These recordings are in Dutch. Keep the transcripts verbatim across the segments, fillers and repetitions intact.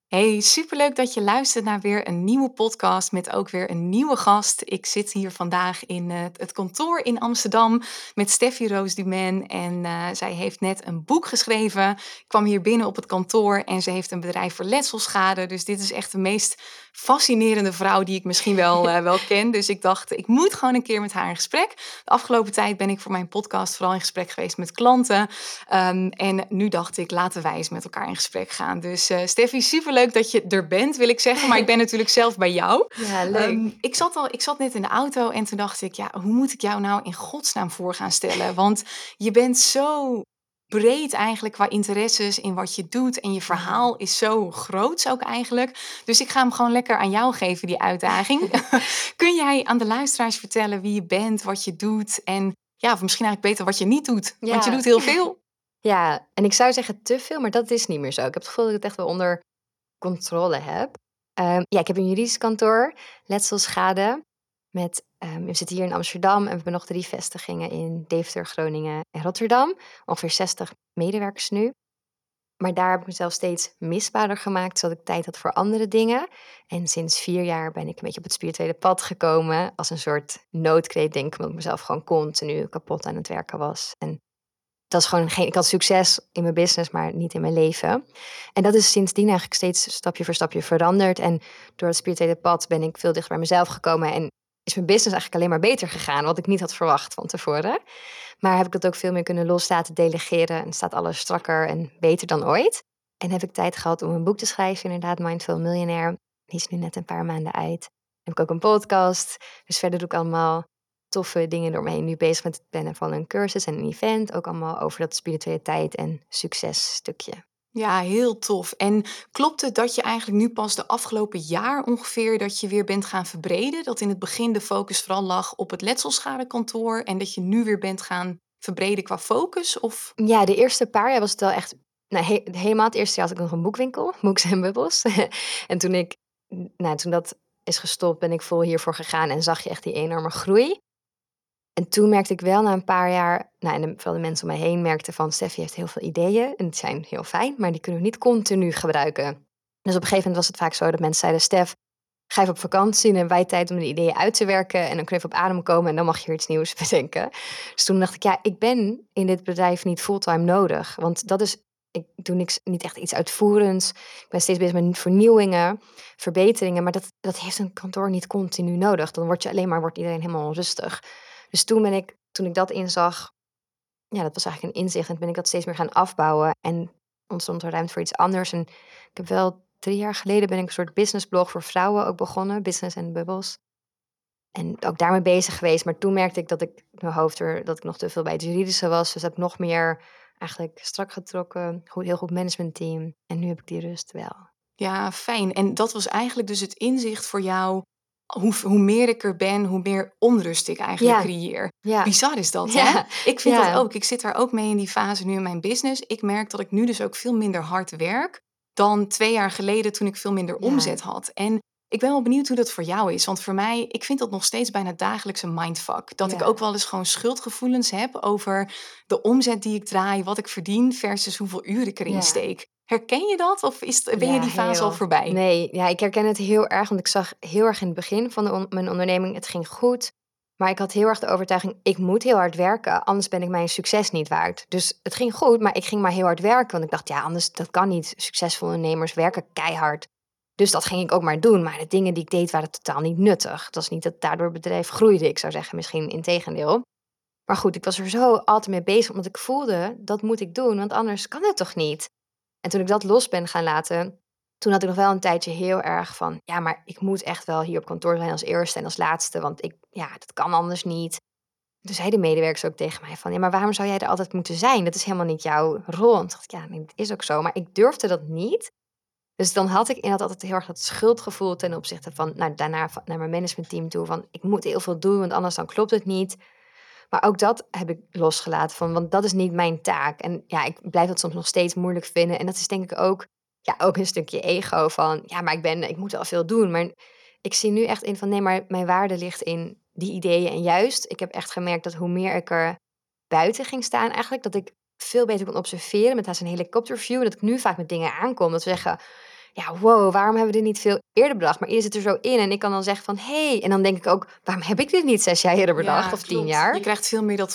Hey, superleuk dat je luistert naar weer een nieuwe podcast met ook weer een nieuwe gast. Ik zit hier vandaag in eh, het kantoor in Amsterdam met Steffi Roos Dumaine en eh, zij heeft net een boek geschreven. Ik kwam hier binnen op het kantoor en ze heeft een bedrijf voor letselschade. Dus dit is echt de meest fascinerende vrouw die ik misschien wel, eh, wel ken. Dus ik dacht, ik moet gewoon een keer met haar in gesprek. De afgelopen tijd ben ik voor mijn podcast vooral in gesprek geweest met klanten. Um, en nu dacht ik, laten wij eens met elkaar in gesprek gaan. Dus uh, Steffi, superleuk dat je er bent, wil ik zeggen. Maar ik ben natuurlijk zelf bij jou. Ja, leuk. Um, ik, zat al, ik zat net in de auto en toen dacht ik, ja, hoe moet ik jou nou in godsnaam voor gaan stellen? Want je bent zo breed eigenlijk qua interesses in wat je doet. En je Ja. verhaal is zo groots ook eigenlijk. Dus ik ga hem gewoon lekker aan jou geven, die uitdaging. Kun jij aan de luisteraars vertellen wie je bent, wat je doet en ja, of misschien eigenlijk beter wat je niet doet, want je doet Ja. heel veel. Ja, en ik zou zeggen te veel, maar dat is niet meer zo. Ik heb het gevoel dat ik het echt wel onder controle heb. Ehm, ja, ik heb een juridisch kantoor, letselschade. Met, ehm, we zitten hier in Amsterdam en we hebben nog drie vestigingen in Deventer, Groningen en Rotterdam. Ongeveer zestig medewerkers nu. Maar daar heb ik mezelf steeds misbaarder gemaakt, zodat ik tijd had voor andere dingen. En sinds vier jaar ben ik een beetje op het spirituele pad gekomen. Als een soort noodkreet, denk ik, omdat ik mezelf gewoon continu kapot aan het werken was. En dat is gewoon geen, ik had succes in mijn business, maar niet in mijn leven. En dat is sindsdien eigenlijk steeds stapje voor stapje veranderd. En door het spirituele pad ben ik veel dichter bij mezelf gekomen. En is mijn business eigenlijk alleen maar beter gegaan, wat ik niet had verwacht van tevoren. Maar heb ik dat ook veel meer kunnen loslaten, delegeren. En staat alles strakker en beter dan ooit. En heb ik tijd gehad om een boek te schrijven, inderdaad, Mindful Millionaire. Die is nu net een paar maanden uit. Heb ik ook een podcast. Dus verder doe ik allemaal toffe dingen door me heen. Nu bezig met het plannen van een cursus en een event. Ook allemaal over dat spiritualiteit en successtukje. Ja, heel tof. En klopt het dat je eigenlijk nu pas de afgelopen jaar ongeveer dat je weer bent gaan verbreden? Dat in het begin de focus vooral lag op het letselschadekantoor en dat je nu weer bent gaan verbreden qua focus? Of Ja, de eerste paar jaar was het wel echt... Nou, he- helemaal het eerste jaar had ik nog een boekwinkel, Books en Bubbles. En toen ik, nou, toen dat is gestopt, ben ik vol hiervoor gegaan en zag je echt die enorme groei. En toen merkte ik wel na een paar jaar, nou, en de, vooral de mensen om mij heen merkten van... Steffi heeft heel veel ideeën en die zijn heel fijn, maar die kunnen we niet continu gebruiken. Dus op een gegeven moment was het vaak zo dat mensen zeiden... Stef, ga even op vakantie en hebben wij tijd om de ideeën uit te werken... en dan kun je even op adem komen en dan mag je weer iets nieuws bedenken. Dus toen dacht ik, ja, ik ben in dit bedrijf niet fulltime nodig. Want dat is, ik doe niks, niet echt iets uitvoerends. Ik ben steeds bezig met vernieuwingen, verbeteringen... maar dat, dat heeft een kantoor niet continu nodig. Dan word je alleen maar, wordt iedereen helemaal onrustig. Dus toen ben ik, toen ik dat inzag, ja, dat was eigenlijk een inzicht. En ben ik dat steeds meer gaan afbouwen. En ontstond er ruimte voor iets anders. En ik heb wel drie jaar geleden ben ik een soort businessblog voor vrouwen ook begonnen. Business and Bubbles. En ook daarmee bezig geweest. Maar toen merkte ik dat ik mijn hoofd er, dat ik nog te veel bij het juridische was. Dus heb ik nog meer eigenlijk strak getrokken. Goed, heel goed managementteam. En nu heb ik die rust wel. ja, fijn. En dat was eigenlijk dus het inzicht voor jou. Hoe, hoe meer ik er ben, hoe meer onrust ik eigenlijk Ja, creëer. ja, Bizar is dat, hè? ja, Ik vind dat ja, ook. Ik zit daar ook mee in die fase nu in mijn business. Ik merk dat ik nu dus ook veel minder hard werk dan twee jaar geleden toen ik veel minder ja, omzet had. En ik ben wel benieuwd hoe dat voor jou is. Want voor mij, ik vind dat nog steeds bijna dagelijkse mindfuck. Dat ik ook ja, wel eens gewoon schuldgevoelens heb over de omzet die ik draai, wat ik verdien versus hoeveel uren ik erin ja. steek. Herken je dat of is, ben je Ja, die fase al heel. voorbij? Nee, ja, ik herken het heel erg, want ik zag heel erg in het begin van de on mijn onderneming, het ging goed. Maar ik had heel erg de overtuiging, ik moet heel hard werken, anders ben ik mijn succes niet waard. Dus het ging goed, maar ik ging maar heel hard werken. Want ik dacht, ja, anders, dat kan niet. Succesvolle ondernemers werken keihard. Dus dat ging ik ook maar doen. Maar de dingen die ik deed waren totaal niet nuttig. Dat was niet dat daardoor het bedrijf groeide, ik zou zeggen, misschien integendeel. Maar goed, ik was er zo altijd mee bezig, omdat ik voelde, dat moet ik doen, want anders kan het toch niet? En toen ik dat los ben gaan laten, toen had ik nog wel een tijdje heel erg van, ja, maar ik moet echt wel hier op kantoor zijn als eerste en als laatste, want ik, ja, dat kan anders niet. Toen zeiden medewerkers ook tegen mij van, ja, maar waarom zou jij er altijd moeten zijn? Dat is helemaal niet jouw rol. En toen dacht ik, ja, nee, dat is ook zo, maar ik durfde dat niet. Dus dan had ik inderdaad altijd heel erg dat schuldgevoel ten opzichte van, nou, daarna van- naar mijn managementteam toe, van ik moet heel veel doen, want anders dan klopt het niet. Maar ook dat heb ik losgelaten van, want dat is niet mijn taak. En ja, ik blijf dat soms nog steeds moeilijk vinden. En dat is denk ik ook, ja, ook een stukje ego van, ja, maar ik ben, ik moet wel veel doen. Maar ik zie nu echt in van, nee, maar mijn waarde ligt in die ideeën. En juist, ik heb echt gemerkt dat hoe meer ik er buiten ging staan eigenlijk, dat ik veel beter kon observeren met haast een helikopterview. Dat ik nu vaak met dingen aankom. Dat we zeggen, ja, wow, waarom hebben we dit niet veel eerder bedacht? Maar ieder zit er zo in en ik kan dan zeggen van, hey, en dan denk ik ook, waarom heb ik dit niet zes jaar eerder bedacht Ja, of tien klopt. Je jaar? krijgt veel meer dat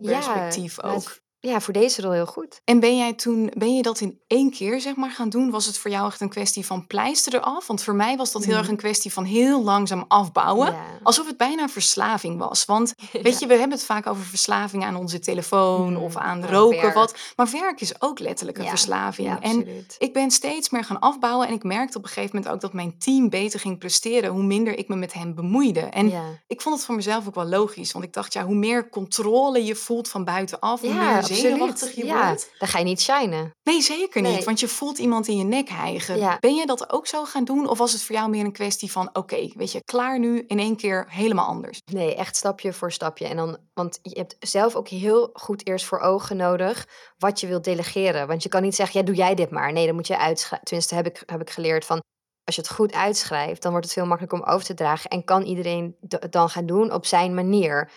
Ja, vogelperspectief maar ook. het, ja, voor deze rol heel goed. En ben jij toen ben je dat in één keer, zeg maar, gaan doen? Was het voor jou echt een kwestie van pleister eraf? Want voor mij was dat heel erg een Mhm. kwestie van heel langzaam afbouwen, Ja. alsof het bijna verslaving was. Want weet Ja. je, we hebben het vaak over verslaving aan onze telefoon of Mm, aan oh, roken, wat. werk. Maar werk is ook letterlijk een Ja, ja, verslaving. En absoluut. ik ben steeds meer gaan afbouwen en ik merkte op een gegeven moment ook dat mijn team beter ging presteren, hoe minder ik me met hen bemoeide. En Ja. ik vond het voor mezelf ook wel logisch, want ik dacht, ja, hoe meer controle je voelt van buitenaf, hoe Ja, meer zenuwachtig absoluut. je Ja, wordt. dan ga je niet shinen. Nee, zeker niet, Nee. want je voelt iemand in je nek hijgen. Ja. Ben jij dat ook zo gaan doen of was het voor jou meer een kwestie van: "Oké, weet je, klaar nu, in één keer helemaal anders"? Nee, echt stapje voor stapje. En dan, want je hebt zelf ook heel goed eerst voor ogen nodig wat je wilt delegeren. Want je kan niet zeggen, ja, doe jij dit maar. Nee, dan moet je uitschrijven. Tenminste, heb ik, heb ik geleerd van, als je het goed uitschrijft, dan wordt het veel makkelijker om over te dragen. En kan iedereen d- het dan gaan doen op zijn manier.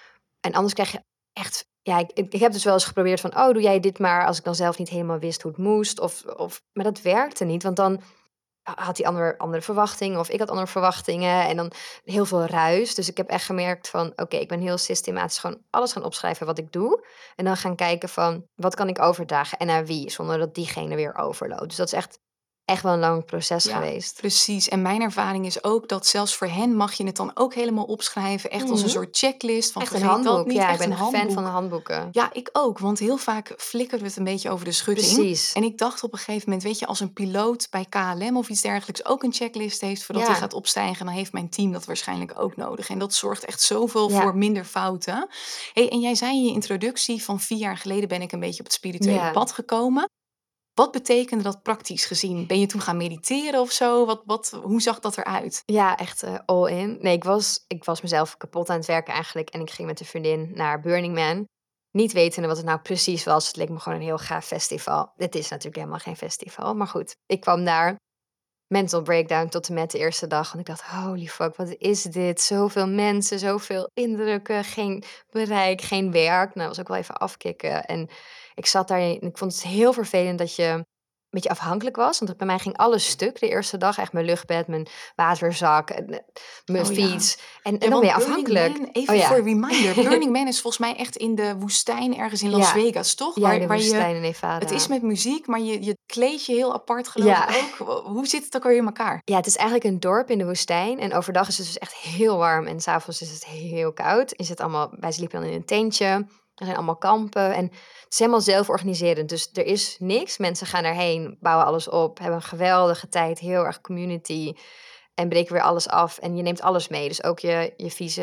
En anders krijg je echt, ja, ik, ik ik heb dus wel eens geprobeerd van, oh, doe jij dit maar. Als ik dan zelf niet helemaal wist hoe het moest. Of, of, maar dat werkte niet, want dan had die ander andere verwachtingen of ik had andere verwachtingen en dan heel veel ruis. Dus ik heb echt gemerkt van, oké, ik ben heel systematisch gewoon alles gaan opschrijven wat ik doe. En dan gaan kijken van, wat kan ik overdragen en naar wie, zonder dat diegene weer overloopt. Dus dat is echt, echt wel een lang proces Ja, geweest. precies. En mijn ervaring is ook dat zelfs voor hen mag je het dan ook helemaal opschrijven, echt als een Mhm. soort checklist van Echt een vergeet dat handboek. niet, Ja, ik echt ben een echt fan van de handboek. handboeken. Ja, ik ook, want heel vaak flikkeren we het een beetje over de schutting. Precies. En ik dacht op een gegeven moment, weet je, als een piloot bij K L M of iets dergelijks ook een checklist heeft voordat hij Ja, gaat opstijgen, dan heeft mijn team dat waarschijnlijk ook nodig. En dat zorgt echt zoveel voor ja, minder fouten. Hey, en jij zei in je introductie van vier jaar geleden ben ik een beetje op het spirituele ja. pad gekomen. Wat betekende dat praktisch gezien? Ben je toen gaan mediteren of zo? Wat, wat, hoe zag dat eruit? Ja, echt, eh, all in. Nee, ik was ik was mezelf kapot aan het werken eigenlijk en ik ging met een vriendin naar Burning Man. Niet wetende wat het nou precies was. Het leek me gewoon een heel gaaf festival. Het is natuurlijk helemaal geen festival, maar goed. Ik kwam daar, mental breakdown tot en met de eerste dag. Want ik dacht: "Holy fuck, wat is dit? Zoveel mensen, zoveel indrukken, geen bereik, geen werk." Nou, dat was ook wel even afkicken. En ik zat daar en ik vond het heel vervelend dat je een beetje afhankelijk was. Want bij mij ging alles stuk de eerste dag. Echt mijn luchtbed, mijn waterzak, en, eh, mijn Oh ja. fiets. En en Ja, dan ben je want Burning afhankelijk. Man, Oh even voor ja. reminder, Burning Man is volgens mij echt in de woestijn ergens in Las Ja, Vegas, toch? ja, in Waar, de waar je, woestijn in het is Nevada. met muziek, maar je, je kleed je heel apart, geloof Ja. ik ook. Wo- Hoe zit het ook alweer in elkaar? Ja, het is eigenlijk een dorp in de woestijn en overdag is het dus echt heel warm en s'avonds is het heel koud. Je zit allemaal wij sliepen dan in een tentje, er zijn allemaal kampen en het is helemaal zelforganiserend. Dus er is niks, mensen gaan erheen, bouwen alles op, hebben een geweldige tijd, heel erg community en breken weer alles af en je neemt alles mee. Dus ook je je vieze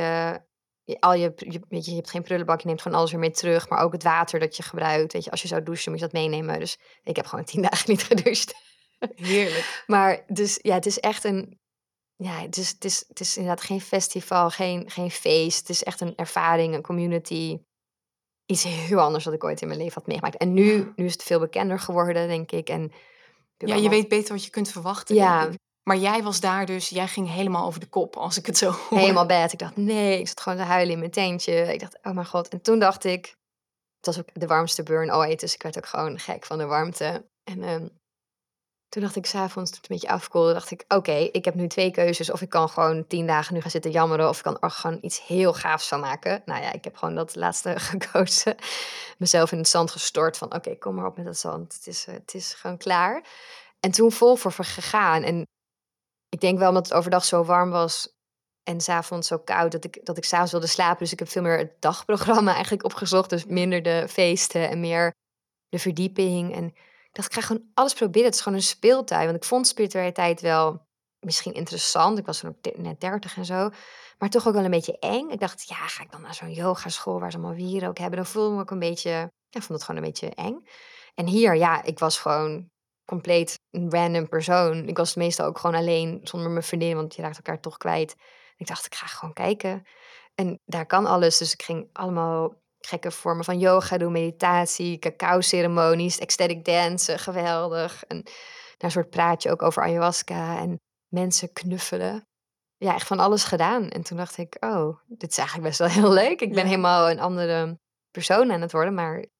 je al je je weet je, je hebt geen prullenbak, je neemt gewoon alles weer mee terug, maar ook het water dat je gebruikt, weet je, als je zou douchen moet je dat meenemen. Dus ik heb gewoon tien dagen niet gedoucht. Heerlijk. Maar dus ja, het is echt een ja, het is het is het is inderdaad geen festival, geen geen feest. Het is echt een ervaring, een community. Iets heel anders wat ik ooit in mijn leven had meegemaakt. En nu Ja. nu is het veel bekender geworden, denk ik. En heb je ook Ja, je allemaal weet beter wat je kunt verwachten, denk ja, ik. Maar jij was daar dus, jij ging helemaal over de kop, als ik het zo hoor. helemaal bad. Ik dacht: "Nee." Ik zat gewoon te huilen in mijn tentje. Ik dacht: "Oh mijn god." En toen dacht ik het was ook de warmste burn ooit, dus ik werd ook gewoon gek van de warmte. En, ehm toen dacht ik s'avonds, toen het een beetje afkoelde, dacht ik: "Oké, ik heb nu twee keuzes. Of ik kan gewoon tien dagen nu gaan zitten jammeren, of ik kan er gewoon iets heel gaafs van maken." Nou ja, ik heb gewoon dat laatste gekozen. Mezelf in het zand gestort van: "Oké, kom maar op met dat zand. Het is, eh, het is gewoon klaar." En toen vol voor ver gegaan. En ik denk wel omdat het overdag zo warm was en s'avonds zo koud, dat ik dat ik s'avonds wilde slapen. Dus ik heb veel meer het dagprogramma eigenlijk opgezocht. Dus Ja. minder de feesten en meer de verdieping en ik dacht: "Ik ga gewoon alles proberen." Het is gewoon een speeltuin, want ik vond spiritualiteit wel misschien interessant. Ik was toen ook de net dertig en zo, maar toch ook wel een beetje eng. Ik dacht: "Ja, ga ik dan naar zo'n yogaschool waar ze allemaal wierook hebben?" Dan voelde ik me ook een beetje ja, ik vond het gewoon een beetje eng. En hier, ja, ik was gewoon compleet een random persoon. Ik was meestal ook gewoon alleen zonder mijn vriendin, want je raakt elkaar toch kwijt. Ik dacht: "Ik ga gewoon kijken." En daar kan alles, dus ik ging allemaal gekke vormen van yoga doen, meditatie, cacao-ceremonies, ecstatic dansen, geweldig. En daar een soort praatje ook over ayahuasca en mensen knuffelen. Ja, echt van alles gedaan. En toen dacht ik: "Oh, dit is eigenlijk best wel heel leuk." Ik ben Ja. helemaal een andere persoon aan het worden, maar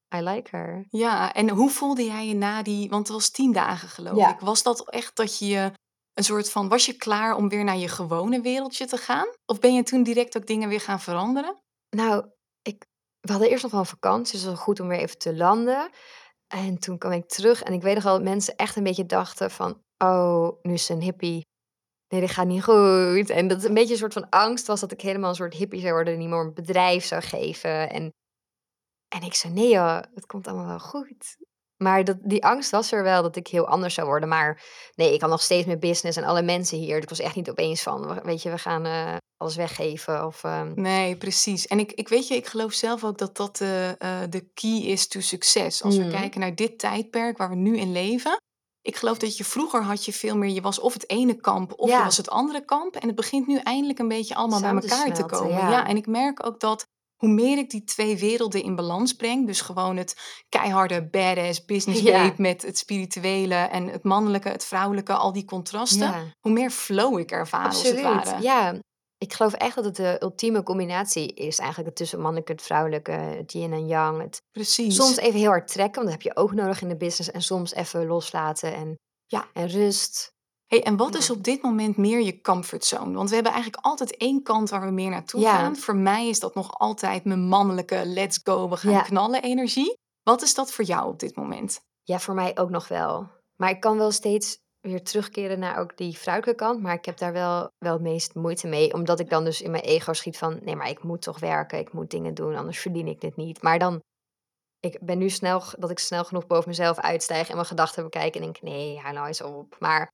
I like her. Ja, en hoe voelde jij je na die want het was tien dagen geloof ik. Ja. Was dat echt dat je je een soort van was je klaar om weer naar je gewone wereldje te gaan? Of ben je toen direct ook dingen weer gaan veranderen? Nou, ik we hadden eerst nog wel een vakantie, dus het was goed om weer even te landen. En toen kwam ik terug en ik weet nog wel dat mensen echt een beetje dachten van: "Oh, nu is ze een hippie. Nee, dit gaat niet goed." En dat het een beetje een soort van angst was dat ik helemaal een soort hippie zou worden, die meer een bedrijf zou geven. En en ik zei: "Nee joh, het komt allemaal wel goed." Maar dat die angst was er wel dat ik heel anders zou worden. Maar nee, ik had nog steeds mijn business en alle mensen hier. Ik was echt niet opeens van, we weet je, we gaan, eh, alles weggeven of, ehm Nee, precies. En ik ik weet je, ik geloof zelf ook dat dat de, eh, de key is to succes. Als we Mhm. kijken naar dit tijdperk waar we nu in leven. Ik geloof dat je vroeger had je veel meer je was of het ene kamp of je was Ja. het andere kamp. En het begint nu eindelijk een beetje allemaal bij Samen te elkaar te smelten, komen. Ja, ja. en ik merk ook dat hoe meer ik die twee werelden in balans breng, dus gewoon het keiharde badass business babe Ja. met het spirituele en het mannelijke, het vrouwelijke, al die contrasten, Ja. hoe meer flow ik ervaar als het Absoluut, ware. ja. Ik geloof echt dat het de ultieme combinatie is eigenlijk het tussen mannelijke, het vrouwelijke, het yin en yang. Het soms Precies. even heel hard trekken, want dat heb je ook nodig in de business en soms even loslaten en Ja. en rust. Hey, en wat is Ja. op dit moment meer je comfortzone? Want we hebben eigenlijk altijd één kant waar we meer naartoe gaan. Ja. Voor mij is dat nog altijd mijn mannelijke let's go, we gaan Ja. knallen energie. Wat is dat voor jou op dit moment? Ja, voor mij ook nog wel. Maar ik kan wel steeds weer terugkeren naar ook die vrouwelijke kant, maar ik heb daar wel wel het meest moeite mee, omdat ik dan dus in mijn ego schiet van: "Nee, maar ik moet toch werken, ik moet dingen doen, anders verdien ik dit niet." Maar dan ik ben nu snel g dat ik snel genoeg boven mezelf uitstijg en mijn gedachten bekijk en denk: "Nee, hou nou eens op." Maar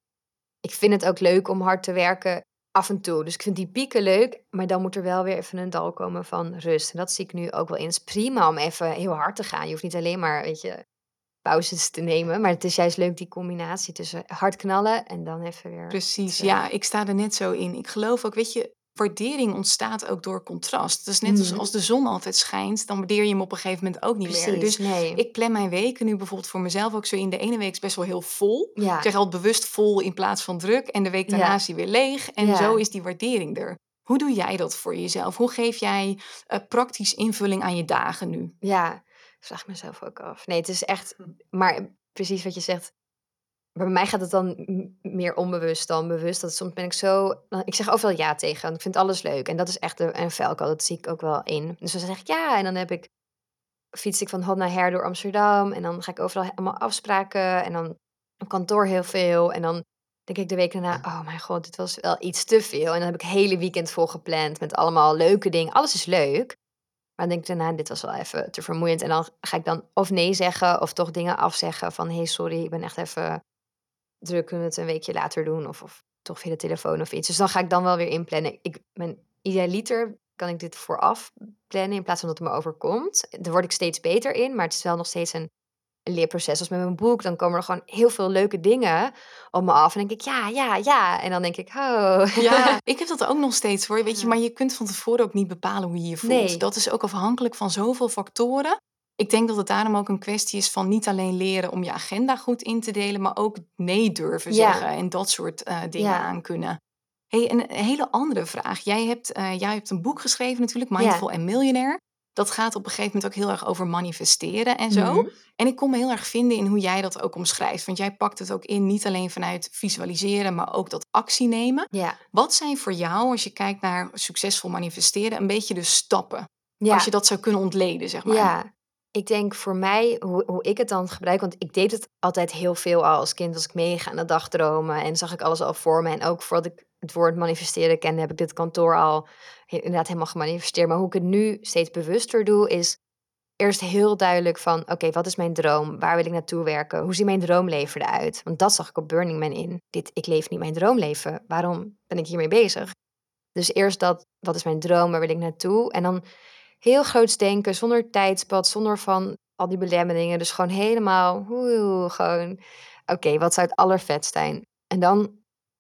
ik vind het ook leuk om hard te werken af en toe. Dus ik vind die pieken leuk, maar dan moet er wel weer even een dal komen van rust. En dat zie ik nu ook wel in. Het is prima om even heel hard te gaan. Je hoeft niet alleen maar, weet je, pauzes te nemen. Maar het is juist leuk die combinatie tussen hard knallen en dan even weer Precies, ja, terug. ik sta er net zo in. Ik geloof ook, weet je, waardering ontstaat ook door contrast. Dus net als Mhm. als de zon altijd schijnt, dan waardeer je hem op een gegeven moment ook niet meer. Precies, Dus nee. ik plan mijn weken nu bijvoorbeeld voor mezelf ook zo in. De ene week is best wel heel vol. Ik Ja. zeg altijd bewust vol in plaats van druk. En de week daarna Ja. is die weer leeg. En zo Ja. is die waardering er. Hoe doe jij dat voor jezelf? Hoe geef jij eh, praktisch invulling aan je dagen nu? Ja, vraag ik mezelf ook af. Nee, het is echt maar precies wat je zegt. Maar bij mij gaat het dan m meer onbewust dan bewust. Dat soms ben ik zo dan ik zeg overal ja tegen, want ik vind alles leuk. En dat is echt een een valkuil, dat zie ik ook wel in. Dus dan zeg ik ja en dan heb ik fiets ik van hot naar her door Amsterdam en dan ga ik overal allemaal afspraken en dan op kantoor heel veel. En dan denk ik de week daarna: "Oh mijn god, dit was wel iets te veel." En dan heb ik het hele weekend vol gepland met allemaal leuke dingen. Alles is leuk, maar dan denk ik daarna: "Dit was wel even te vermoeiend." En dan ga ik dan of nee zeggen of toch dingen afzeggen van: "Hey, sorry, ik ben echt even druk, kunnen we het een weekje later doen of of toch via de telefoon of iets." Dus dan ga ik dan wel weer inplannen. Ik ben idealiter kan ik dit vooraf plannen in plaats van dat het me overkomt. Daar word ik steeds beter in, maar het is wel nog steeds een een leerproces. Als met mijn boek, dan komen er gewoon heel veel leuke dingen op me af en denk ik: "Ja, ja, ja." En dan denk ik: "Oh." Ja, ik heb dat ook nog steeds hoor, weet je, Ja. maar je kunt van tevoren ook niet bepalen hoe je je voelt. Nee. Dat is ook afhankelijk van zoveel factoren. Ik denk dat het daarom ook een kwestie is van niet alleen leren om je agenda goed in te delen, maar ook nee durven zeggen Ja. en dat soort eh, dingen Ja. aankunnen. Hey, een hele andere vraag. Jij hebt, eh, jij hebt een boek geschreven natuurlijk, Ja. Mindful en Millionaire. Dat gaat op een gegeven moment ook heel erg over manifesteren en zo. Mhm. En ik kon me heel erg vinden in hoe jij dat ook omschrijft. Want jij pakt het ook in, niet alleen vanuit visualiseren, maar ook dat actie nemen. Ja. Wat zijn voor jou, als je kijkt naar succesvol manifesteren, een beetje de stappen? Als je Ja. dat zou kunnen ontleden, zeg maar. Ja, ik denk voor mij, hoe hoe ik het dan gebruik want ik deed het altijd heel veel al als kind, als ik meega aan de dagdromen en zag ik alles al voor me. En ook voordat ik het woord manifesteren kende, heb ik dit kantoor al he inderdaad helemaal gemanifesteerd. Maar hoe ik het nu steeds bewuster doe, is eerst heel duidelijk van: "Oké, wat is mijn droom? Waar wil ik naartoe werken? Hoe ziet mijn droomleven eruit?" Want dat zag ik op Burning Man in. Dit ik leef niet mijn droomleven. Waarom ben ik hiermee bezig? Dus eerst dat, wat is mijn droom? Waar wil ik naartoe? En dan heel groots denken, zonder tijdspad, zonder van al die belemmeringen. Dus gewoon helemaal, woe, gewoon, oké, wat zou het allervetst zijn? En dan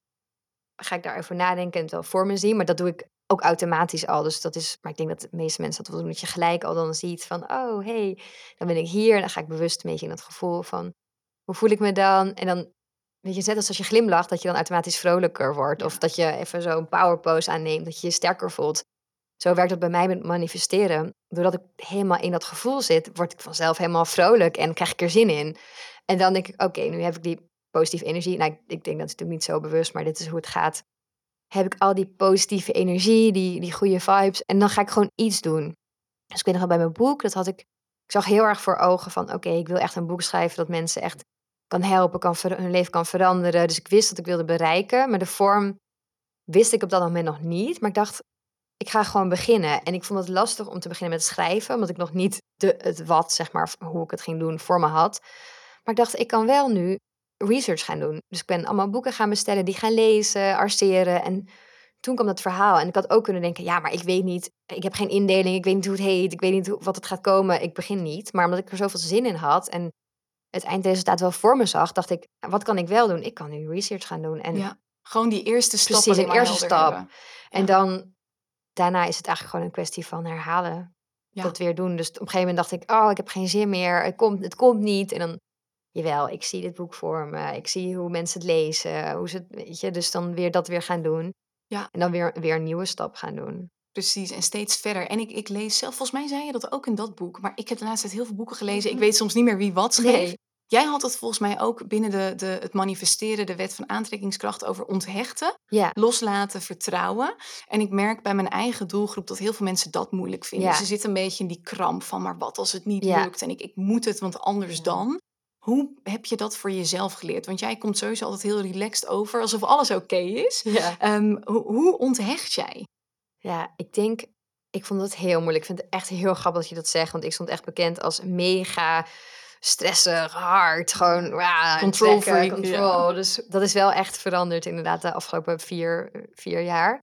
ga ik daarover nadenken en het wel voor me zien, maar dat doe ik ook automatisch al. Dus dat is, maar ik denk dat de meeste mensen dat wel doen, dat je gelijk al dan ziet van, oh, hey, dan ben ik hier. En dan ga ik bewust een beetje in dat gevoel van, hoe voel ik me dan? En dan, weet je, net als als je glimlacht, dat je dan automatisch vrolijker wordt. Of Ja. dat je even zo'n power pose aanneemt, dat je je sterker voelt. Zo werkt het bij mij met manifesteren. Doordat ik helemaal in dat gevoel zit, word ik vanzelf helemaal vrolijk en krijg ik er zin in. En dan denk ik, oké, nu heb ik die positieve energie. Nou, ik, ik denk dat is natuurlijk niet zo bewust, maar dit is hoe het gaat. Heb ik al die positieve energie, die, die goede vibes. En dan ga ik gewoon iets doen. Dus ik weet nog wel bij mijn boek, dat had ik... Ik zag heel erg voor ogen van, oké, ik wil echt een boek schrijven dat mensen echt kan helpen, kan ver- hun leven kan veranderen. Dus ik wist dat ik wilde bereiken, maar de vorm wist ik op dat moment nog niet. Maar ik dacht, ik ga gewoon beginnen. En ik vond het lastig om te beginnen met schrijven, omdat ik nog niet de, het wat, zeg maar, hoe ik het ging doen, voor me had. Maar ik dacht, ik kan wel nu research gaan doen. Dus ik ben allemaal boeken gaan bestellen, die gaan lezen, arceren. En toen kwam dat verhaal. En ik had ook kunnen denken, ja, maar ik weet niet, ik heb geen indeling, ik weet niet hoe het heet, ik weet niet hoe, wat het gaat komen, ik begin niet. Maar omdat ik er zoveel zin in had en het eindresultaat wel voor me zag, dacht ik, wat kan ik wel doen? Ik kan nu research gaan doen. En Ja, gewoon die eerste stap precies, alleen een maar eerste helder stap. hebben. En Ja, dan, daarna is het eigenlijk gewoon een kwestie van herhalen. ja, Dat weer doen. Dus op een gegeven moment dacht ik, oh, ik heb geen zin meer. Het komt, het komt niet. En dan, jawel, ik zie dit boek voor me. Ik zie hoe mensen het lezen. Hoe ze het, weet je, dus dan weer dat weer gaan doen. ja, En dan weer, weer een nieuwe stap gaan doen. precies. En steeds verder. En ik, ik lees zelf, volgens mij zei je dat ook in dat boek. Maar ik heb de laatste tijd heel veel boeken gelezen. Ik Mhm. weet soms niet meer wie wat schreef. Nee. Jij had het volgens mij ook binnen de, de, het manifesteren, de wet van aantrekkingskracht over onthechten. Ja, Loslaten, vertrouwen. En ik merk bij mijn eigen doelgroep dat heel veel mensen dat moeilijk vinden. Ze ja, zitten een beetje in die kramp van, maar wat als het niet ja. lukt? En ik, ik moet het, want anders Ja. dan. Hoe heb je dat voor jezelf geleerd? Want jij komt sowieso altijd heel relaxed over, alsof alles oké is. Ja. Ehm, hoe, hoe onthecht jij? Ja, ik denk, ik vond het heel moeilijk. Ik vind het echt heel grappig dat je dat zegt, want ik stond echt bekend als mega stressig, hard, gewoon ja, Control trekken, freak, ja. control. Dus dat is wel echt veranderd inderdaad de afgelopen vier, eh, vier jaar.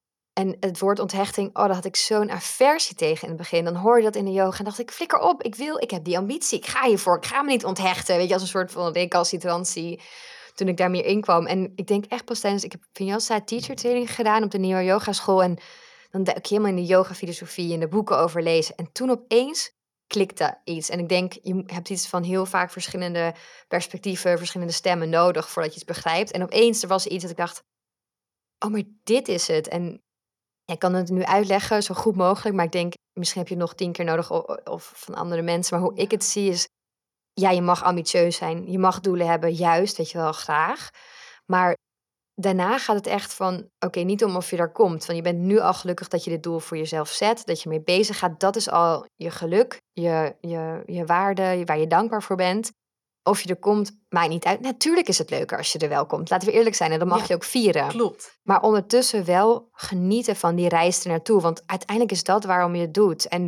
En het woord onthechting, oh, daar had ik zo'n aversie tegen in het begin. Dan hoor je dat in de yoga en dacht ik, flikker op, ik wil, ik heb die ambitie, ik ga hiervoor, ik ga me niet onthechten. Weet je, als een soort van recalcitrantie toen ik daar meer in kwam. En ik denk echt pas tijdens, ik heb Vinyasa teacher training gedaan op de Neo Yoga School. En dan duik je helemaal in de yoga filosofie en de boeken over lezen. En toen opeens klikte iets. En ik denk, je hebt iets van heel vaak verschillende perspectieven, verschillende stemmen nodig voordat je het begrijpt. En opeens er was iets dat ik dacht, oh, maar dit is het. En ja, ik kan het nu uitleggen zo goed mogelijk, maar ik denk, misschien heb je het nog tien keer nodig o- of van andere mensen. Maar hoe ik het zie is, ja, je mag ambitieus zijn. Je mag doelen hebben, juist, weet je wel, graag. Maar daarna gaat het echt van, oké, niet om of je daar komt. Van je bent nu al gelukkig dat je dit doel voor jezelf zet, dat je mee bezig gaat. Dat is al je geluk, je, je, je waarde, waar je dankbaar voor bent. Of je er komt, maakt niet uit. Natuurlijk is het leuker als je er wel komt. Laten we eerlijk zijn en dan mag Ja, je ook vieren. klopt. Maar ondertussen wel genieten van die reis ernaartoe. Want uiteindelijk is dat waarom je het doet. En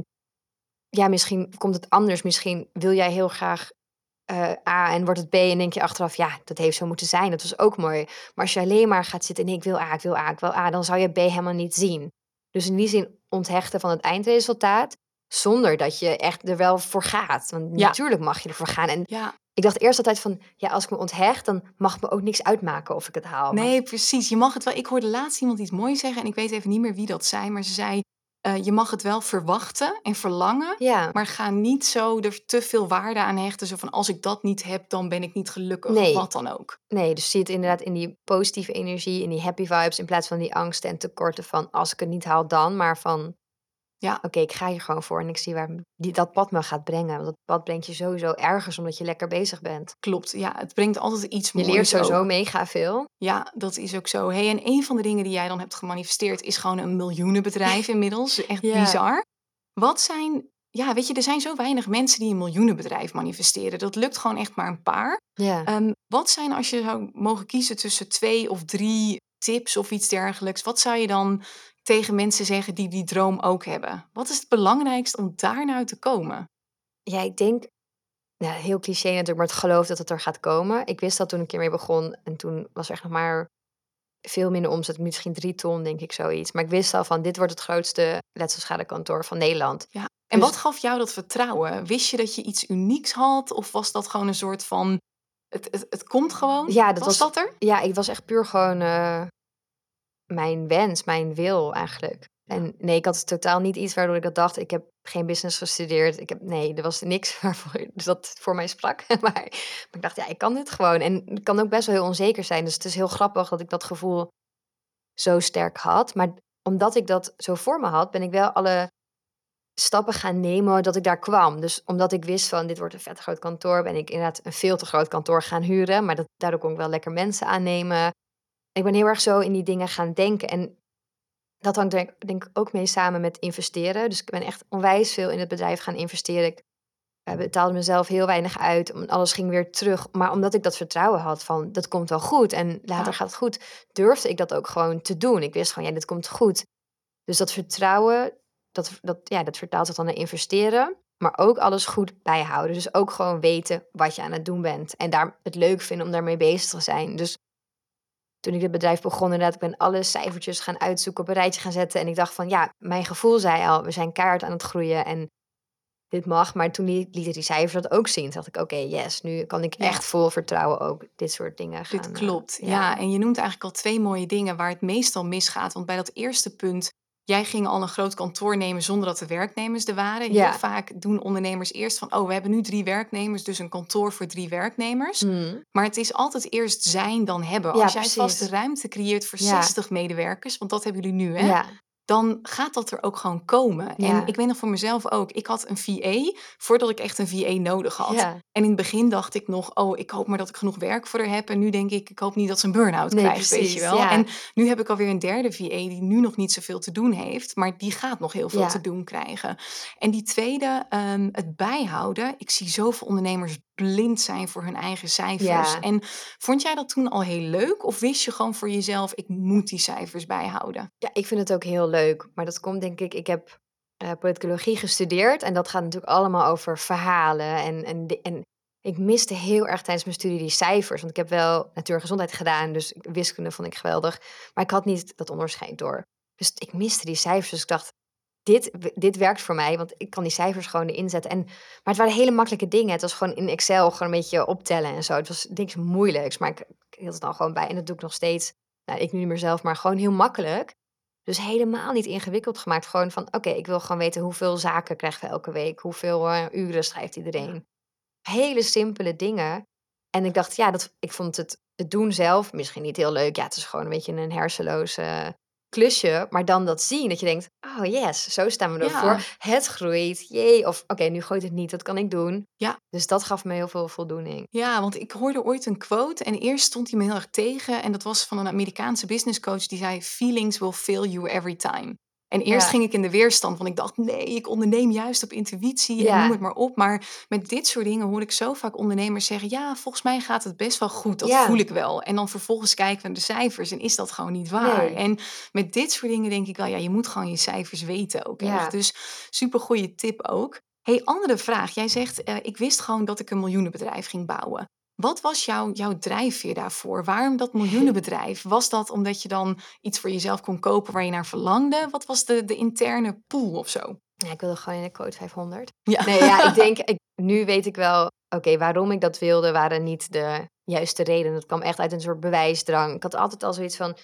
ja, misschien komt het anders. Misschien wil jij heel graag eh, A en wordt het B en denk je achteraf, ja, dat heeft zo moeten zijn. Dat was ook mooi. Maar als je alleen maar gaat zitten en nee, ik wil A, ik wil A, ik wil A, dan zou je B helemaal niet zien. Dus in die zin onthechten van het eindresultaat, zonder dat je echt er wel voor gaat. Want Ja, natuurlijk mag je ervoor gaan. En ja. ik dacht eerst altijd van, ja, als ik me onthecht, dan mag het me ook niks uitmaken of ik het haal. Maar Nee, precies. Je mag het wel. Ik hoorde laatst iemand iets moois zeggen en ik weet even niet meer wie dat zei, maar ze zei: eh, je mag het wel verwachten en verlangen, ja, maar ga niet zo er te veel waarde aan hechten. Zo van: als ik dat niet heb, dan ben ik niet gelukkig of nee. wat dan ook. Nee, dus zie het inderdaad in die positieve energie, in die happy vibes, in plaats van die angsten en tekorten van als ik het niet haal dan, maar van Ja, oké, ik ga hier gewoon voor en ik zie waar die, dat pad me gaat brengen. Want dat pad brengt je sowieso ergens omdat je lekker bezig bent. klopt. Ja, het brengt altijd iets Je leert moois sowieso ook. mega veel. Ja, dat is ook zo. Hey, en een van de dingen die jij dan hebt gemanifesteerd is gewoon een miljoenenbedrijf inmiddels. Echt Ja, bizar. Wat zijn, ja, weet je, er zijn zo weinig mensen die een miljoenenbedrijf manifesteren. Dat lukt gewoon echt maar een paar. ja. Ehm, wat zijn, als je zou mogen kiezen tussen twee of drie tips of iets dergelijks, wat zou je dan tegen mensen zeggen die die droom ook hebben? Wat is het belangrijkst om daar nou te komen? Ja, ik denk, ja, heel cliché natuurlijk, maar het geloof dat het er gaat komen. Ik wist dat toen ik ermee begon en toen was er echt nog maar veel minder omzet, misschien drie ton, denk ik, zoiets. Maar ik wist al van, dit wordt het grootste letselschadekantoor van Nederland. Ja. En Dus wat gaf jou dat vertrouwen? Wist je dat je iets unieks had? Of was dat gewoon een soort van, het, het, het komt gewoon? ja, dat Was was, dat er? ja, ik was echt puur gewoon eh, mijn wens, mijn wil eigenlijk. Ja. En nee, ik had totaal niet iets waardoor ik dat dacht. Ik heb geen business gestudeerd. Ik heb, nee, er was niks waarvoor dus dat voor mij sprak. Maar, maar ik dacht, ja, ik kan dit gewoon. En het kan ook best wel heel onzeker zijn. Dus het is heel grappig dat ik dat gevoel zo sterk had. Maar omdat ik dat zo voor me had, ben ik wel alle stappen gaan nemen dat ik daar kwam. Dus omdat ik wist van dit wordt een vet groot kantoor, ben ik inderdaad een veel te groot kantoor gaan huren. Maar dat, daardoor kon ik wel lekker mensen aannemen. Ik ben heel erg zo in die dingen gaan denken. En dat hangt denk, denk ik ook mee samen met investeren. Dus ik ben echt onwijs veel in het bedrijf gaan investeren. Ik uh, betaalde mezelf heel weinig uit. om- Alles ging weer terug. Maar omdat ik dat vertrouwen had van dat komt wel goed. En later Ja, gaat het goed. Durfde ik dat ook gewoon te doen. Ik wist gewoon ja, dit komt goed. Dus dat vertrouwen, dat, dat, ja, dat vertaalt zich dan naar investeren. Maar ook alles goed bijhouden. Dus ook gewoon weten wat je aan het doen bent. En daar het leuk vinden om daarmee bezig te zijn. Dus toen ik dit bedrijf begon, inderdaad, ik ben alle cijfertjes gaan uitzoeken, op een rijtje gaan zetten. En ik dacht van, ja, mijn gevoel zei al, we zijn keihard aan het groeien en dit mag. Maar toen li- lieten die cijfers dat ook zien. Toen dacht ik, oké, yes, nu kan ik ja. echt vol vertrouwen ook dit soort dingen Dit gaan. eh, klopt, ja. ja. En je noemt eigenlijk al twee mooie dingen waar het meestal misgaat. Want bij dat eerste punt, jij ging al een groot kantoor nemen zonder dat de werknemers er waren. Heel Ja. vaak doen ondernemers eerst van, oh, we hebben nu drie werknemers, dus een kantoor voor drie werknemers. Hmm. Maar het is altijd eerst zijn dan hebben. Ja, Als jij vaste precies. ruimte creëert voor Ja. zestig medewerkers, want dat hebben jullie nu, hè? Ja. Dan gaat dat er ook gewoon komen. En Ja. ik weet nog voor mezelf ook. Ik had een V A voordat ik echt een V A nodig had. Ja. En in het begin dacht ik nog, oh, ik hoop maar dat ik genoeg werk voor haar heb. En nu denk ik, ik hoop niet dat ze een burn-out Nee, krijgt, weet je precies. wel. En Ja. nu heb ik alweer een derde V A die nu nog niet zoveel te doen heeft. Maar die gaat nog heel veel te Ja. doen krijgen. En die tweede, ehm, het bijhouden. Ik zie zoveel ondernemers blind zijn voor hun eigen cijfers. Ja. En vond jij dat toen al heel leuk? Of wist je gewoon voor jezelf, ik moet die cijfers bijhouden? Ja, ik vind het ook heel leuk. Maar dat komt denk ik, ik heb eh, politicologie gestudeerd. En dat gaat natuurlijk allemaal over verhalen. En, en, de- en ik miste heel erg tijdens mijn studie die cijfers. Want ik heb wel natuur en gezondheid gedaan. Dus wiskunde vond ik geweldig. Maar ik had niet dat onderscheid door. Dus ik miste die cijfers. Dus ik dacht, dit, dit werkt voor mij. Want ik kan die cijfers gewoon erin zetten. En, maar het waren hele makkelijke dingen. Het was gewoon in Excel gewoon een beetje optellen en zo. Het was niks moeilijks. Maar ik, ik hield het dan gewoon bij. En dat doe ik nog steeds. Nou, ik nu niet meer zelf, maar gewoon heel makkelijk. Dus helemaal niet ingewikkeld gemaakt. Gewoon van, oké, ik wil gewoon weten hoeveel zaken krijgen we elke week. Hoeveel eh, uren schrijft Ja. iedereen. Hele simpele dingen. En ik dacht, ja, dat, ik vond het, het doen zelf misschien niet heel leuk. Ja, het is gewoon een beetje een hersenloos eh, klusje. Maar dan dat zien, dat je denkt, oh yes, zo staan we ervoor. Ja, Het groeit, jee. Of oké, nu gooit het niet, dat kan ik doen. ja. Dus dat gaf me heel veel voldoening. Ja, want ik hoorde ooit een quote en eerst stond hij me heel erg tegen. En dat was van een Amerikaanse businesscoach die zei: Feelings will fail you every time. En eerst Ja, ging ik in de weerstand, want ik dacht: nee, ik onderneem juist op intuïtie en noem het ja, maar op. Maar met dit soort dingen hoor ik zo vaak ondernemers zeggen: ja, volgens mij gaat het best wel goed, dat voel ja, ik wel. En dan vervolgens kijken we naar de cijfers en is dat gewoon niet waar. nee, En met dit soort dingen denk ik wel: ja, je moet gewoon je cijfers weten ook echt. ja. Dus super goede tip ook. Hey, andere vraag. Jij zegt, eh, ik wist gewoon dat ik een miljoenenbedrijf ging bouwen. Wat was jouw, jouw drijfveer daarvoor? Waarom dat miljoenenbedrijf? Was dat omdat je dan iets voor jezelf kon kopen waar je naar verlangde? Wat was de, de interne pool of zo? Ja, ik wilde gewoon in de quote vijfhonderd. Ja. Nee, ja, ik denk, ik, nu weet ik wel, oké, waarom ik dat wilde, waren niet de juiste redenen. Het kwam echt uit een soort bewijsdrang. Ik had altijd al zoiets van,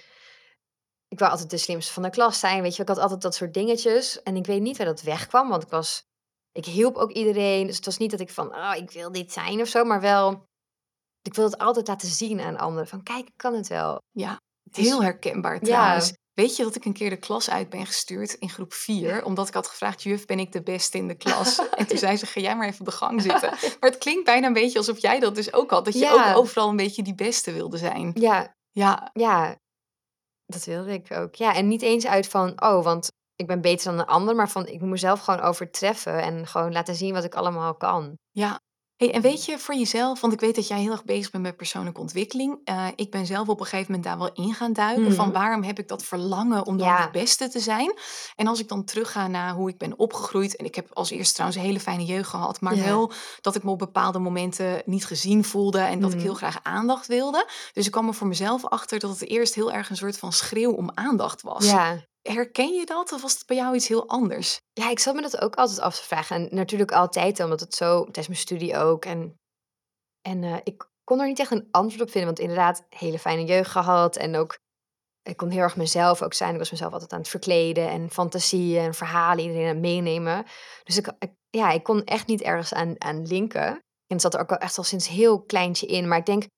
ik wou altijd de slimste van de klas zijn, weet je. Ik had altijd dat soort dingetjes. En ik weet niet waar dat wegkwam, want ik was, ik hielp ook iedereen. Dus het was niet dat ik van, oh, ik wil dit zijn of zo, maar wel, ik wil het altijd laten zien aan anderen. Van, kijk, ik kan het wel. Ja, Dus heel herkenbaar trouwens. ja, Weet je dat ik een keer de klas uit ben gestuurd in groep vier, omdat ik had gevraagd: juf, ben ik de beste in de klas? En toen zei ze: ga jij maar even op de gang zitten. Maar het klinkt bijna een beetje alsof jij dat dus ook had, dat je ook ja, overal een beetje die beste wilde zijn. ja, Ja, ja. Dat wilde ik ook. Ja, en niet eens uit van, oh, want ik ben beter dan een ander, maar van, ik moet mezelf gewoon overtreffen en gewoon laten zien wat ik allemaal kan. ja. Hey, en Mhm. weet je voor jezelf, want ik weet dat jij heel erg bezig bent met persoonlijke ontwikkeling. Eh, ik ben zelf op een gegeven moment daar wel in gaan duiken. Van Mhm. waarom heb ik dat verlangen om dan de Ja, beste te zijn? En als ik dan terugga naar hoe ik ben opgegroeid. En ik heb als eerste trouwens een hele fijne jeugd gehad. Maar ja. wel dat ik me op bepaalde momenten niet gezien voelde. En dat ik heel Mhm. graag aandacht wilde. Dus ik kwam er voor mezelf achter dat het eerst heel erg een soort van schreeuw om aandacht was. Ja. Herken je dat? Of was het bij jou iets heel anders? Ja, ik zat me dat ook altijd af te vragen. En natuurlijk altijd, omdat het zo, tijdens mijn studie ook. En, en eh, ik kon er niet echt een antwoord op vinden, want inderdaad, hele fijne jeugd gehad. En ook, ik kon heel erg mezelf ook zijn. Ik was mezelf altijd aan het verkleden en fantasieën en verhalen, iedereen aan het meenemen. Dus ik, ik- ja, ik kon echt niet ergens aan, aan linken. En het zat er ook al echt al sinds heel kleintje in. Maar ik denk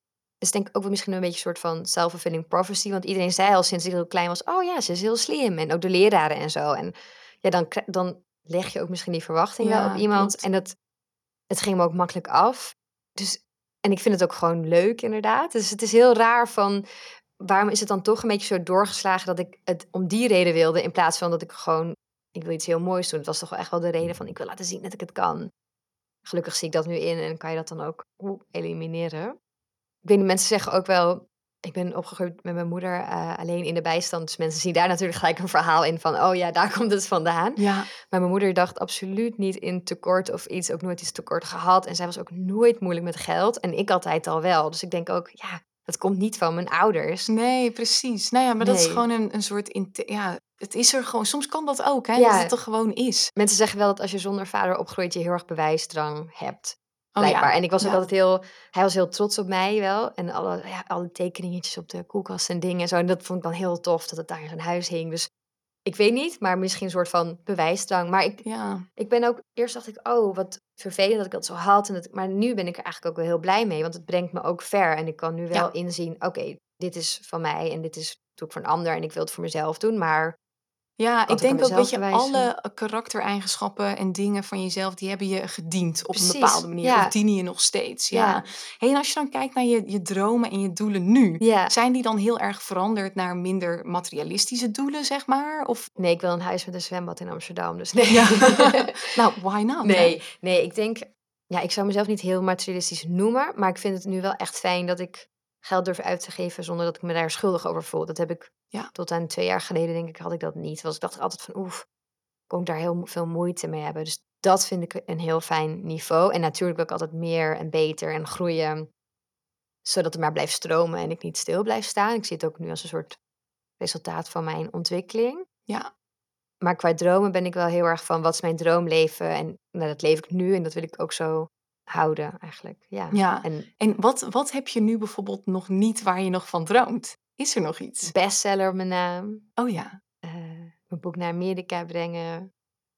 is denk ik ook wel misschien een beetje een soort van self-fulfilling prophecy. Want iedereen zei al sinds ik heel klein was: "Oh ja, ze is heel slim." En ook de leraren en zo. En ja, dan kri dan leg je ook misschien die verwachting wel op Ja, iemand. klopt. En dat het ging me ook makkelijk af. Dus en ik vind het ook gewoon leuk inderdaad. Dus het is heel raar van, waarom is het dan toch een beetje zo doorgeslagen dat ik het om die reden wilde, in plaats van dat ik gewoon, ik wil iets heel moois doen. Het was toch wel echt wel de reden van, ik wil laten zien dat ik het kan. Gelukkig zie ik dat nu in en kan je dat dan ook oeh, elimineren. Ik weet niet, mensen zeggen ook wel, ik ben opgegroeid met mijn moeder eh, alleen in de bijstand. Dus mensen zien daar natuurlijk gelijk een verhaal in van, oh ja, daar komt het vandaan. Ja. Maar mijn moeder dacht absoluut niet in tekort of iets, ook nooit iets tekort gehad. En zij was ook nooit moeilijk met geld. En ik altijd al wel. Dus ik denk ook, ja, dat komt niet van mijn ouders. Nee, precies. Nou ja, maar dat is Nee. gewoon een een soort inte ja, het is er gewoon. Soms kan dat ook, hè, dat het Ja, er gewoon is. mensen zeggen wel dat als je zonder vader opgroeit, je heel erg bewijsdrang hebt. Oh Blijkbaar. ja, En ik was ook ja. altijd heel, hij was heel trots op mij wel. En alle, ja, alle tekeningetjes op de koelkast en dingen en zo. En dat vond ik dan heel tof dat het daar in zijn huis hing. Dus ik weet niet, maar misschien een soort van bewijsdrang. Maar ik, Ja, ik ben ook, eerst dacht ik, oh, wat vervelend dat ik dat zo had. En dat, maar nu ben ik er eigenlijk ook wel heel blij mee, want het brengt me ook ver. En ik kan nu wel ja. inzien, oké, dit is van mij en dit is doe ik voor een ander en ik wil het voor mezelf doen, maar ik Ja, kan ik het ook aan denk ook, weet mezelf je, bewijzen. alle eh, karaktereigenschappen en dingen van jezelf, die hebben je gediend op een Precies, bepaalde manier of ja, dienen je nog steeds, ja. ja, Hey, en als je dan kijkt naar je je dromen en je doelen nu, ja. zijn die dan heel erg veranderd naar minder materialistische doelen, zeg maar? Of Nee, ik wil een huis met een zwembad in Amsterdam, dus nee. ja, nou, why not, hè? Nee, nee, ik denk, ja, ik zou mezelf niet heel materialistisch noemen, maar ik vind het nu wel echt fijn dat ik geld durf uit te geven zonder dat ik me daar schuldig over voel. Dat heb ik Ja, tot aan twee jaar geleden, denk ik, had ik dat niet. Was ik dacht altijd van, oef, kon ik daar heel mo- veel moeite mee hebben. Dus dat vind ik een heel fijn niveau. En natuurlijk wil ik altijd meer en beter en groeien, zodat het maar blijft stromen en ik niet stil blijf staan. Ik zie het ook nu als een soort resultaat van mijn ontwikkeling. ja, Maar qua dromen ben ik wel heel erg van, wat is mijn droomleven? En nou, dat leef ik nu en dat wil ik ook zo houden eigenlijk, ja. ja. En En wat wat heb je nu bijvoorbeeld nog niet waar je nog van droomt? Is er nog iets? bestseller op mijn naam, Oh ja. eh, mijn boek naar Amerika brengen.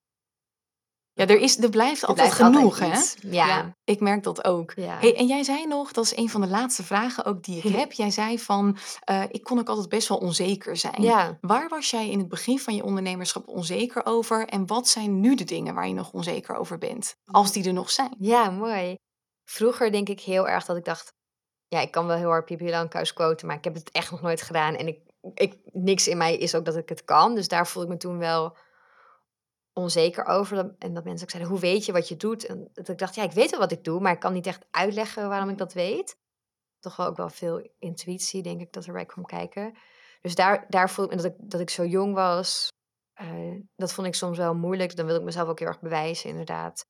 Ja, er is er blijft Er altijd blijft altijd genoeg, hè? iets. Ja, Ja, ik merk dat ook. Hey, ja. en jij zei nog, dat is een van de laatste vragen ook die ik heb. Jij zei van, eh, ik kon ook altijd best wel onzeker zijn. Ja. Waar was jij in het begin van je ondernemerschap onzeker over? En wat zijn nu de dingen waar je nog onzeker over bent? Als die er nog zijn. Ja, mooi. Vroeger denk ik heel erg dat ik dacht, ja, ik kan wel heel hard Pippi Langkous quoten, maar ik heb het echt nog nooit gedaan. En ik, ik, niks in mij is ook dat ik het kan. Dus daar voel ik me toen wel onzeker over. Dat en dat mensen ook zeiden: "Hoe weet je wat je doet?" En dat ik dacht: "Ja, ik weet wel wat ik doe, maar ik kan niet echt uitleggen waarom ik Mhm. dat weet." Toch wel ook wel veel intuïtie, denk ik, dat erbij kwam kijken. Dus daar daar voel ik en dat ik dat ik zo jong was, eh, dat vond ik soms wel moeilijk. Dan wil ik mezelf ook heel erg bewijzen, inderdaad.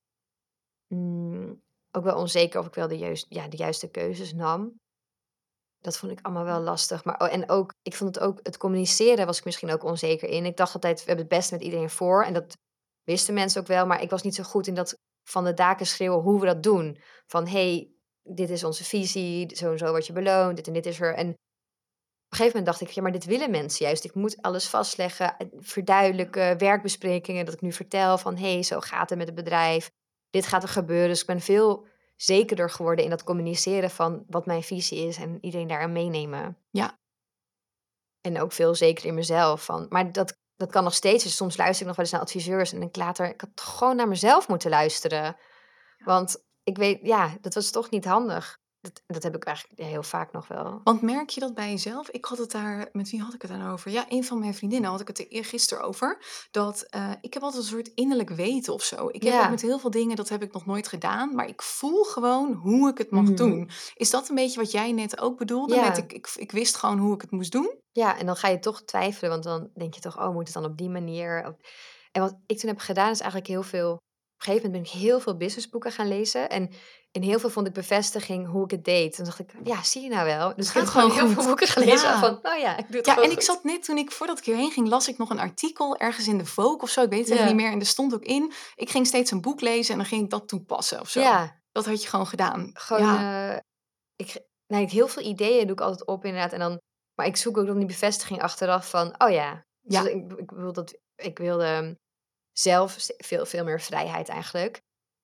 Hm, ook wel onzeker of ik wel de juist ja, de juiste keuzes nam. Dat vond ik allemaal wel lastig. Maar oh, en ook, ik vond het ook, het communiceren was ik misschien ook onzeker in. Ik dacht altijd, we hebben het best met iedereen voor. En dat wisten mensen ook wel. Maar ik was niet zo goed in dat van de daken schreeuwen hoe we dat doen. Van, hey, dit is onze visie, zo en zo word je beloond, dit en dit is er. En op een gegeven moment dacht ik, ja, maar dit willen mensen juist. Ik moet alles vastleggen, eh, verduidelijken, werkbesprekingen. Dat ik nu vertel van, hey, zo gaat het met het bedrijf. Dit gaat er gebeuren. Dus ik ben veel zekerder geworden in dat communiceren van wat mijn visie is en iedereen daarin meenemen. Ja, En ook veel zeker in mezelf van, maar dat dat kan nog steeds. Dus soms luister ik nog wel eens naar adviseurs en denk ik later, ik had toch gewoon naar mezelf moeten luisteren. Want ik weet, ja, dat was toch niet handig. Dat dat heb ik eigenlijk ja, heel vaak nog wel. want merk je dat bij jezelf? Ik had het daar, met wie had ik het dan over? Ja, een van mijn vriendinnen had ik het er eergisteren over. Dat eh, ik heb altijd een soort innerlijk weten of zo. Ik heb ook met Ja. heel veel dingen, dat heb ik nog nooit gedaan. Maar ik voel gewoon hoe ik het mag Mhm. doen. Is dat een beetje wat jij net ook bedoelde? Met Ja. ik, ik, ik wist gewoon hoe ik het moest doen? Ja, en dan ga je toch twijfelen, want dan denk je toch: "Oh, moet het dan op die manier?" Op en wat ik toen heb gedaan is eigenlijk heel veel, op een gegeven moment ben ik heel veel businessboeken gaan lezen en in heel veel vond ik bevestiging hoe ik het deed. Toen dacht ik: "Ja, zie je nou wel?" Dus Het ik heb gaat gewoon gewoon heel veel goed. boeken gelezen Ja. van: "Oh ja, ik doe het Ja, gewoon en ik goed." zat net toen ik, voordat ik hierheen ging, las ik nog een artikel ergens in de Vogue of zo. Ik weet het even niet Ja, meer. En er stond ook in, ik ging steeds een boek lezen en dan ging ik dat toepassen of zo. ja, Dat had je gewoon gedaan. gewoon, Ja, eh, ik ge nee, heel veel ideeën doe ik altijd op inderdaad en dan maar ik zoek ook dan die bevestiging achteraf van: "Oh ja." Dus ja, ik ik wil dat ik wilde zelf st veel veel meer vrijheid eigenlijk.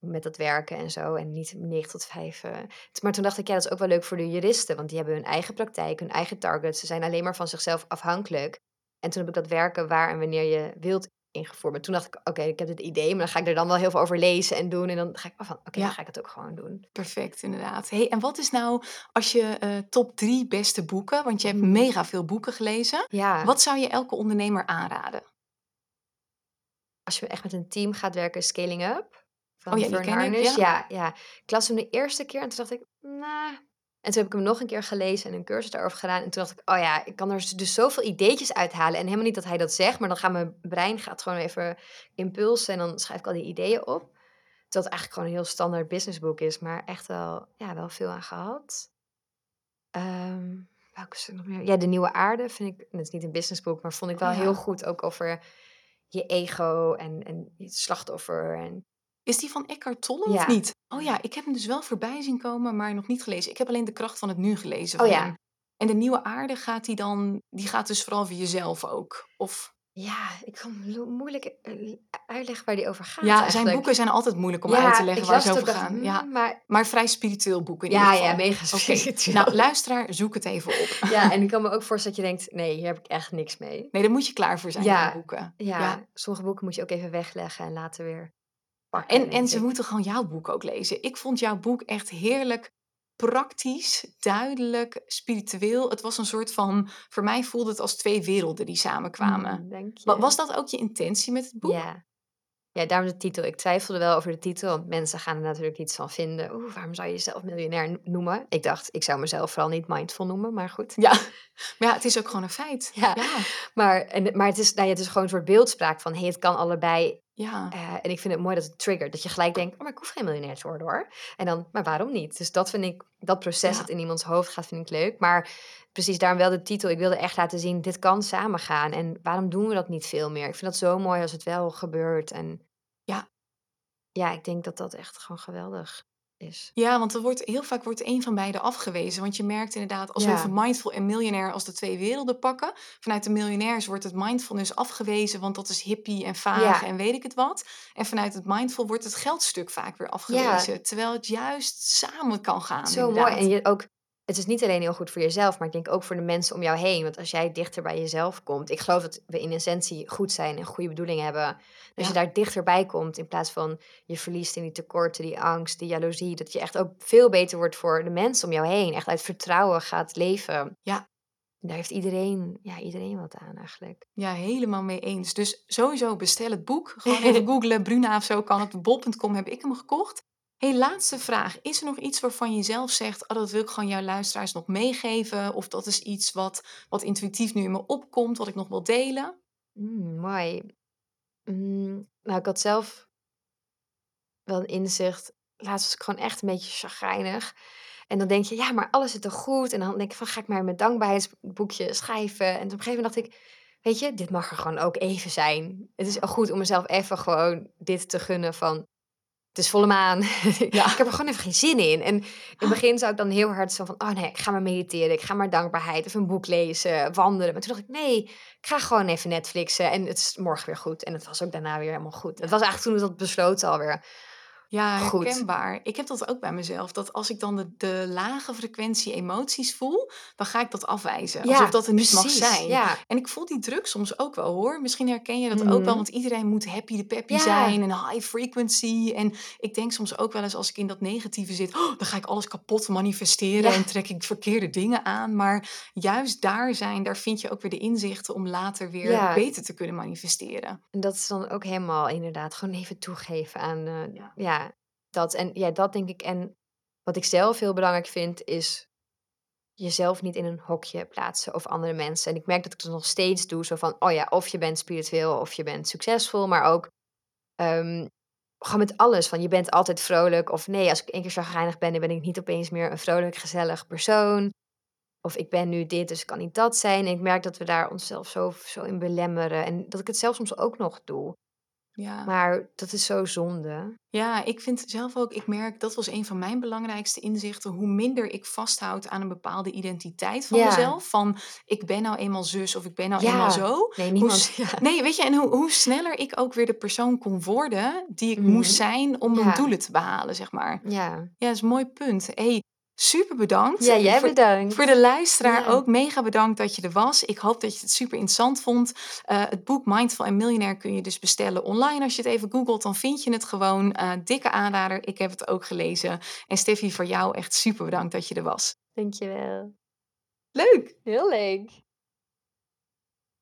met dat werken en zo en niet negen tot vijf. eh. T- Maar toen dacht ik, ja, dat is ook wel leuk voor de juristen, want die hebben hun eigen praktijk, hun eigen targets. Ze zijn alleen maar van zichzelf afhankelijk. En toen heb ik dat werken waar en wanneer je wilt ingevoerd. Maar toen dacht ik, oké, ik heb dit idee, maar dan ga ik er dan wel heel veel over lezen en doen. En dan ga ik oh, van, oké, dan Ja, ga ik het ook gewoon doen. perfect inderdaad. Hey, en wat is nou als je eh, top drie beste boeken, want je hebt Hmm. mega veel boeken gelezen. Ja, Wat zou je elke ondernemer aanraden? als je echt met een team gaat werken, Scaling Up Oh van ja, die Fern ken ik, Harnish. ja. Ja, ja. Ik las hem de eerste keer en toen dacht ik, nou. En toen heb ik hem nog een keer gelezen en een cursus daarover gedaan. En toen dacht ik, oh ja, ik kan er dus zoveel ideetjes uithalen. En helemaal niet dat hij dat zegt, maar dan gaat mijn brein gaat gewoon even impulsen en dan schrijf ik al die ideeën op. Terwijl het eigenlijk gewoon een heel standaard businessboek is, maar echt wel, ja, wel veel aan gehad. Ehm, welke is er nog meer? Ja, De Nieuwe Aarde vind ik, het is niet een businessboek, maar vond ik Oh wel heel ja. goed. Ook over je ego en, en het slachtoffer. En Is die van Eckhart Tolle of ja, niet? Oh ja, ik heb hem dus wel voorbij zien komen, maar nog niet gelezen. Ik heb alleen De Kracht van het Nu gelezen oh van ja, hem. En De Nieuwe Aarde gaat die dan, die gaat dus vooral voor jezelf ook? Of ja, ik kan lo- moeilijk eh, uitleggen waar die over gaat ja, zijn boeken eigenlijk. zijn altijd moeilijk om uit te Ja, leggen ik waar las ze het ook, over dacht, gaan. Ja, hmm, maar maar vrij spiritueel boek in ieder ja, ja, geval. mega Oké, nou spiritueel. luisteraar, zoek het even op. Ja, en ik kan me ook voorstellen dat je denkt, nee, hier heb ik echt niks mee. Nee, daar moet je klaar voor zijn voor die Ja, boeken. Ja. ja, sommige boeken moet je ook even wegleggen en later weer Ja, pakken, en denk en ze ik. moeten gewoon jouw boek ook lezen. Ik vond jouw boek echt heerlijk praktisch, duidelijk, spiritueel. Het was een soort van voor mij voelde het als twee werelden die samenkwamen. Hmm, denk Wa was je. dat ook je intentie met het boek? Ja. Ja, daarom de titel. Ik twijfelde wel over de titel, want mensen gaan er natuurlijk iets van vinden. Oeh, waarom zou je jezelf miljonair n- noemen? Ik dacht, ik zou mezelf vooral niet mindful noemen, maar goed. Ja, maar ja, het is ook gewoon een feit. Ja, Ja, maar, en, maar het, is, nou ja, het is gewoon een soort beeldspraak van, hey, het kan allebei. ja, Eh, en ik vind het mooi dat het triggert, dat je gelijk denkt, oh, maar ik hoef geen miljonair te worden hoor. En dan, maar waarom niet? Dus dat vind ik, dat proces dat ja. in iemands hoofd gaat, vind ik leuk. Maar precies daarom wel de titel. Ik wilde echt laten zien, dit kan samengaan. En waarom doen we dat niet veel meer? Ik vind dat zo mooi als het wel gebeurt. En Ja, ja, ik denk dat dat echt gewoon geweldig is. ja, want er wordt heel vaak wordt één van beide afgewezen. Want je merkt inderdaad, als we Ja, even mindful en miljonair als de twee werelden pakken. Vanuit de miljonairs wordt het mindfulness afgewezen, want dat is hippie en vaag ja, en weet ik het wat. En vanuit het mindful wordt het geldstuk vaak weer ja, afgewezen. Terwijl het juist samen kan gaan, zo mooi. En inderdaad. je ook, het is niet alleen heel goed voor jezelf, maar ik denk ook voor de mensen om jou heen. Want als jij dichter bij jezelf komt, ik geloof dat we in essentie goed zijn en goede bedoelingen hebben. Als je Ja, daar dichterbij komt, in plaats van je verliest in die tekorten, die angst, die jaloezie, dat je echt ook veel beter wordt voor de mensen om jou heen. Echt uit vertrouwen gaat leven. ja, Daar heeft iedereen, ja, iedereen wat aan eigenlijk. ja, helemaal mee eens. Dus sowieso bestel het boek. Gewoon even googlen, Bruna of zo kan op bol punt com heb ik hem gekocht. Hey, laatste vraag. Is er nog iets waarvan je zelf zegt, oh, dat wil ik gewoon jouw luisteraars nog meegeven? Of dat is iets wat, wat intuïtief nu in me opkomt, wat ik nog wil delen? Mm, mooi. Mm, nou, ik had zelf wel een inzicht. Laatst was ik gewoon echt een beetje chagrijnig. En dan denk je, ja, maar alles zit toch goed? En dan denk ik van, ga ik maar mijn dankbaarheidsboekje schrijven? En op een gegeven moment dacht ik, weet je, dit mag er gewoon ook even zijn. Het is Ja. ook goed om mezelf even gewoon dit te gunnen van, het is volle maan. Ja. Ik heb er gewoon even geen zin in. En in het begin zou ik dan heel hard zo van, oh nee, ik ga maar mediteren. Ik ga maar dankbaarheid of een boek lezen, wandelen. Maar toen dacht ik, nee, ik ga gewoon even Netflixen. En het is morgen weer goed. En het was ook daarna weer helemaal goed. Het was eigenlijk toen ik dat besloten alweer Ja, goed. herkenbaar. Ik heb dat ook bij mezelf. Dat als ik dan de, de lage frequentie emoties voel, dan ga ik dat afwijzen. Alsof Ja, dat er niet mag precies. zijn. Ja. En ik voel die druk soms ook wel hoor. Misschien herken je dat ook wel, Mhm. want iedereen moet happy de peppy Ja, zijn en high frequency. En ik denk soms ook wel eens als ik in dat negatieve zit, oh, dan ga ik alles kapot manifesteren ja, en trek ik verkeerde dingen aan. Maar juist daar zijn, daar vind je ook weer de inzichten om later weer ja. beter te kunnen manifesteren. En dat is dan ook helemaal inderdaad gewoon even toegeven aan, eh, Ja. ja, dat. En ja, dat denk ik. En wat ik zelf heel belangrijk vind, is jezelf niet in een hokje plaatsen of andere mensen. En ik merk dat ik dat nog steeds doe, zo van, oh ja, of je bent spiritueel of je bent succesvol, maar ook ehm, gewoon met alles. Van je bent altijd vrolijk of nee, als ik één keer chagrijnig ben, dan ben ik niet opeens meer een vrolijk, gezellig persoon. Of ik ben nu dit, dus kan niet dat zijn. En ik merk dat we daar onszelf zo, zo in belemmeren. En dat ik het zelf soms ook nog doe. Ja. Maar dat is zo zonde. Ja, ik vind zelf ook ik merk dat was een van mijn belangrijkste inzichten. Hoe minder ik vasthoud aan een bepaalde identiteit van Ja. mezelf. Van ik ben nou eenmaal zus of ik ben nou eenmaal Ja. zo. Nee, Hoe niemand s ja. nee, weet je, en hoe hoe sneller ik ook weer de persoon kon worden die ik moest Mhm. zijn om mijn Ja. doelen te behalen, zeg maar. Ja. Ja, dat is een mooi punt. Hey, super bedankt. Ja, jij Voor voor bedankt. de luisteraar Ja. ook mega bedankt dat je er was. Ik hoop dat je het super interessant vond. Uh, het boek Mindful en Miljonair kun je dus bestellen online. Als je het even googelt, dan vind je het gewoon. Uh, dikke aanrader. Ik heb het ook gelezen. En Steffi, voor jou echt super bedankt dat je er was. Dankjewel. Leuk! Heel leuk.